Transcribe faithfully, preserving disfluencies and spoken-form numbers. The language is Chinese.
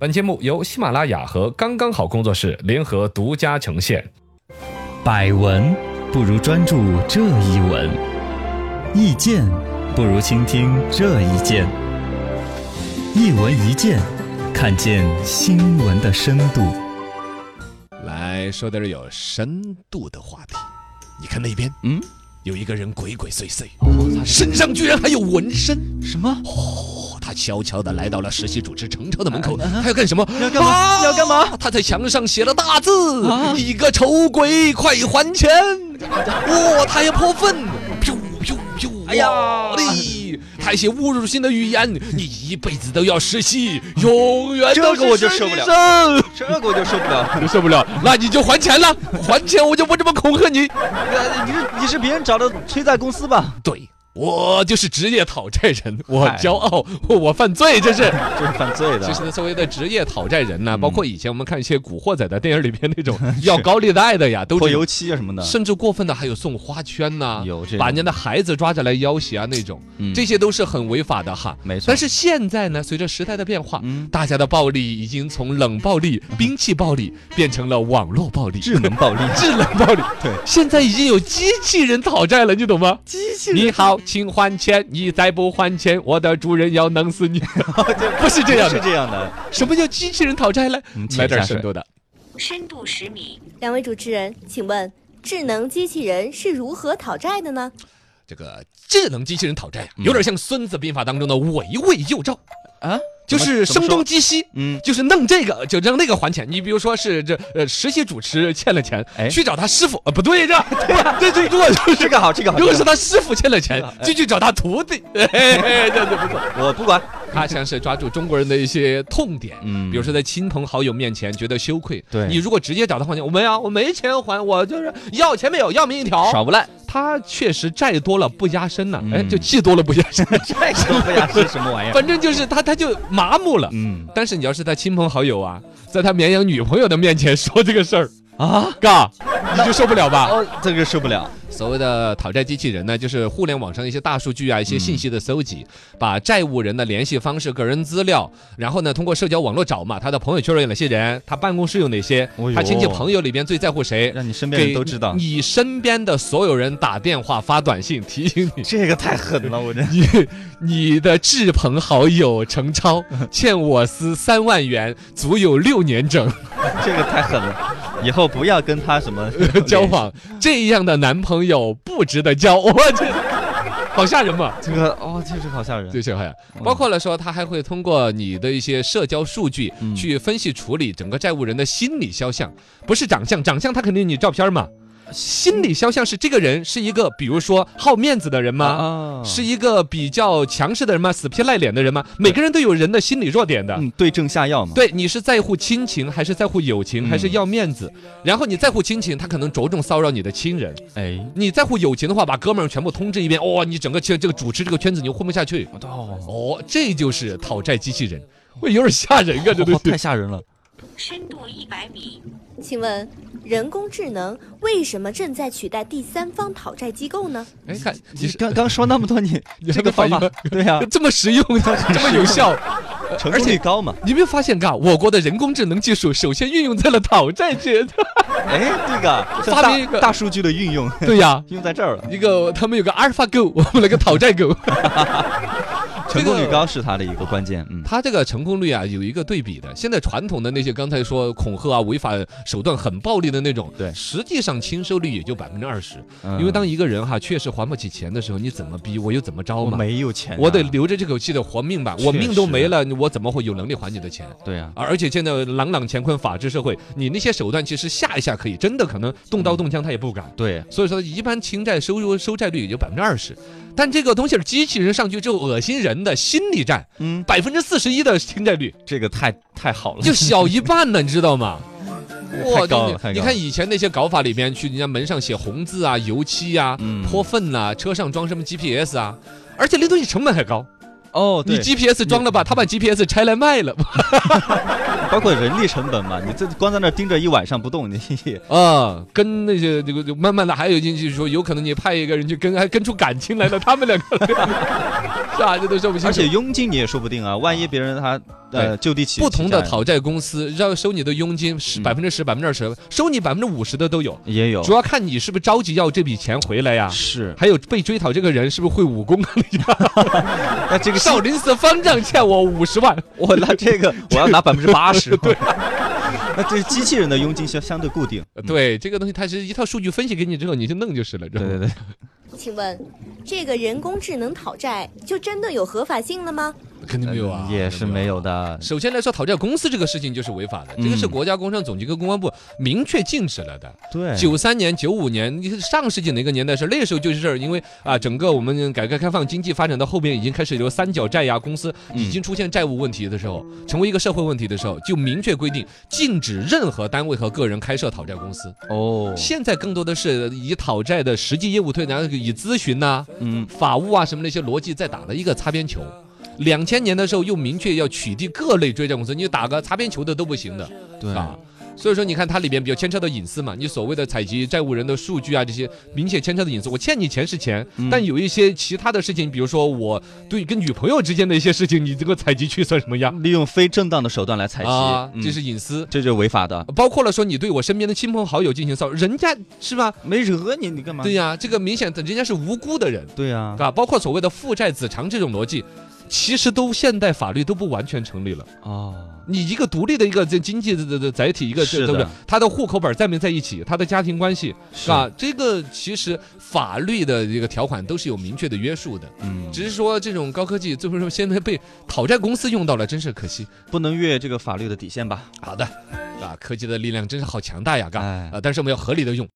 本节目由喜马拉雅和刚刚好工作室联合独家呈现。 百闻不如专注这一闻，意见不如倾听这一见。一闻一见，看见新闻的深度。 来说点有深度的话题。你看那边，嗯，有一个人鬼鬼祟祟，哦，身上居然还有纹身。 什么？ 哦，他悄悄地来到了实习主持程超的门口，啊、他要干什么？ 要干嘛？啊、要干嘛？ 他在墙上写了大字：啊、一个丑鬼，快还钱！哇、哦，他要泼粪，噗噗噗！哎呀，哩！还写侮辱性的语言，你一辈子都要实习，永远都是实习生。 这个我就受不了，这个我就受不了， 你受不了，那你就还钱了，还钱我就不这么恐吓你。 你是你是别人找的催债公司吧？ 对。我就是职业讨债人，我骄傲，我犯罪，这是这是犯罪的。 其实所谓的职业讨债人呢，嗯、包括以前我们看一些古惑仔的电影里边那种要高利贷的呀，都泼油漆啊什么的， 甚至过分的还有送花圈呐、 有这把人家的孩子抓着来要挟啊那种，嗯、这些都是很违法的哈。 没错。 但是现在呢，随着时代的变化，嗯、大家的暴力已经从冷暴力、兵器暴力变成了网络暴力、 智能暴力、 智能暴力。 对， 现在已经有机器人讨债了，你懂吗？ 机器人， 你好，请还钱。你再不还钱，我的主人要弄死你。不是这样的， 是这样的。 什么叫机器人讨债呢？来点深度的。 深度十米。两位主持人，请问智能机器人是如何讨债的呢？ 这个智能机器人讨债有点像《孙子兵法》当中的围魏救赵啊。就是声东击西，嗯，就是弄这个就让那个还钱。你比如说是这呃实习主持欠了钱，哎，去找他师傅，呃不对，这对呀，对对，如果就是这个好，这个好， 如果是他师傅欠了钱，就去找他徒弟，哎，这就不错。 我不管， 他像是抓住中国人的一些痛点，嗯，比如说在亲朋好友面前觉得羞愧，对你如果直接找他还钱，我没有，我没钱还，我就是要钱没有，要命一条， 少不赖。 他确实债多了不压身呢，哎，就气多了不压身， 债多不压身什么玩意儿？ 反正就是他他就麻木了，嗯。但是你要是在亲朋好友啊，在他绵阳女朋友的面前说这个事儿啊，嘎，你就受不了吧？ 哦，这个受不了。 所谓的讨债机器人呢，就是互联网上一些大数据啊，一些信息的搜集，嗯、把债务人的联系方式、个人资料，然后呢，通过社交网络找嘛，他的朋友圈有哪些人，他办公室有哪些，哦、他亲戚朋友里边最在乎谁， 让你身边人都知道， 你身边的所有人打电话、发短信提醒你， 这个太狠了，我这你你的至朋好友程超欠我司三万元，足有六年整， 这个太狠了。以后不要跟他什么交往，这样的男朋友不值得交。我这好吓人嘛！ 这个哦，确实好吓人， 对，吓人。包括了说，他还会通过你的一些社交数据去分析处理整个债务人的心理肖像，不是长相，长相他肯定你照片嘛。心理肖像是这个人是一个，比如说好面子的人吗？啊、是一个比较强势的人吗？死皮赖脸的人吗？每个人都有人的心理弱点的， 嗯，对症下药嘛。 对，你是在乎亲情，还是在乎友情，还是要面子？嗯、然后你在乎亲情，他可能着重骚扰你的亲人。哎，你在乎友情的话，把哥们儿全部通知一遍，哦，你整个这个主持这个圈子你混不下去。哦，哦，这就是讨债机器人，会有点吓人啊，这东西、 哦、太吓人了。 深度一百米，请问人工智能为什么正在取代第三方讨债机构呢？ 哎，看你刚刚说那么多，你你这个方法对呀、啊， 这么实用，这么有效， 成功率高嘛？ 你有没有发现，嘎，我国的人工智能技术首先运用在了讨债阶段。 哎，这个发明一个大数据的运用， 对呀， 用在这儿了。 一个他们有个阿尔法狗，我们来个讨债狗。 成功率高是它的一个关键，嗯， 它这个成功率啊有一个对比的。现在传统的那些刚才说恐吓啊、违法手段很暴力的那种，对，实际上清收率也就百分之二十。因为当一个人哈确实还不起钱的时候，你怎么逼我又怎么着嘛？ 我没有钱、啊， 我得留着这口气的活命吧。我命都没了，我怎么会有能力还你的钱？ 对啊， 而且现在朗朗乾坤法治社会，你那些手段其实吓一下可以，真的可能动刀动枪他也不敢。 对， 所以说一般清债收入收债率也就百分之二十。但这个东西是机器人上去之后恶心人的心理战，嗯，百分之四十一的清债率， 这个太太好了， 就小一半呢，你知道吗？ 太高了， 你看以前那些搞法里面，去人家门上写红字啊、油漆啊、嗯、泼粪啊，车上装什么 G P S 啊，而且那东西成本还高。 哦， 你 G P S 装了吧，他把 G P S 拆来卖了， 包括人力成本嘛，你这光在那盯着一晚上不动，你啊，跟那些这个慢慢的还有进去说，有可能你派一个人去跟，还跟出感情来了，他们两个是吧？这都说不清楚。 而且佣金你也说不定啊，万一别人他呃就地起不同的起债讨债公司要收你的佣金十百分之十、百分之二十，收你百分之五十的都有， 也有， 主要看你是不是着急要这笔钱回来呀。 是， 还有被追讨这个人是不是会武功？ 那这个少林寺方丈欠我五十万， 我拿这个我要拿百分之八十。对，那这机器人的佣金相相对固定。 对，这个东西它是一套数据分析给你之后，你就弄就是了。对对对。 请问，这个人工智能讨债就真的有合法性了吗？ 肯定没有啊， 也是没有的。 首先来说，讨债公司这个事情就是违法的，这个是国家工商总局跟公安部明确禁止了的。 对， 九三年、九五年，你上世纪哪个年代是？那时候就是这儿，因为啊，整个我们改革开放经济发展到后边，已经开始有三角债呀，公司已经出现债务问题的时候，成为一个社会问题的时候，就明确规定禁止任何单位和个人开设讨债公司。 哦， 现在更多的是以讨债的实际业务推然后以咨询呐、嗯，法务啊什么那些逻辑再打了一个擦边球。两千年的时候又明确要取缔各类追债公司，你打个擦边球的都不行的， 对啊。所以说，你看它里边比较牵扯到隐私嘛，你所谓的采集债务人的数据啊，这些明显牵扯到隐私。我欠你钱是钱，嗯、但有一些其他的事情，比如说我对跟女朋友之间的一些事情，你这个采集去算什么呀？ 利用非正当的手段来采集， 啊， 嗯、 这是隐私， 这就是违法的。 包括了说你对我身边的亲朋好友进行骚扰，人家是吧？ 没惹你，你干嘛？ 对呀，这个明显人家是无辜的人。 对呀， 啊，包括所谓的父债子偿这种逻辑。其实都现代法律都不完全成立了哦。你一个独立的一个这经济的的载体，一个对不对？他的户口本在没在一起，他的家庭关系啊，这个其实法律的这个条款都是有明确的约束的。嗯，只是说这种高科技最后说现在被讨债公司用到了，真是可惜， 不能越这个法律的底线吧？ 好的，啊，科技的力量真是好强大呀，嘎、哎、啊，但是我们要合理的用。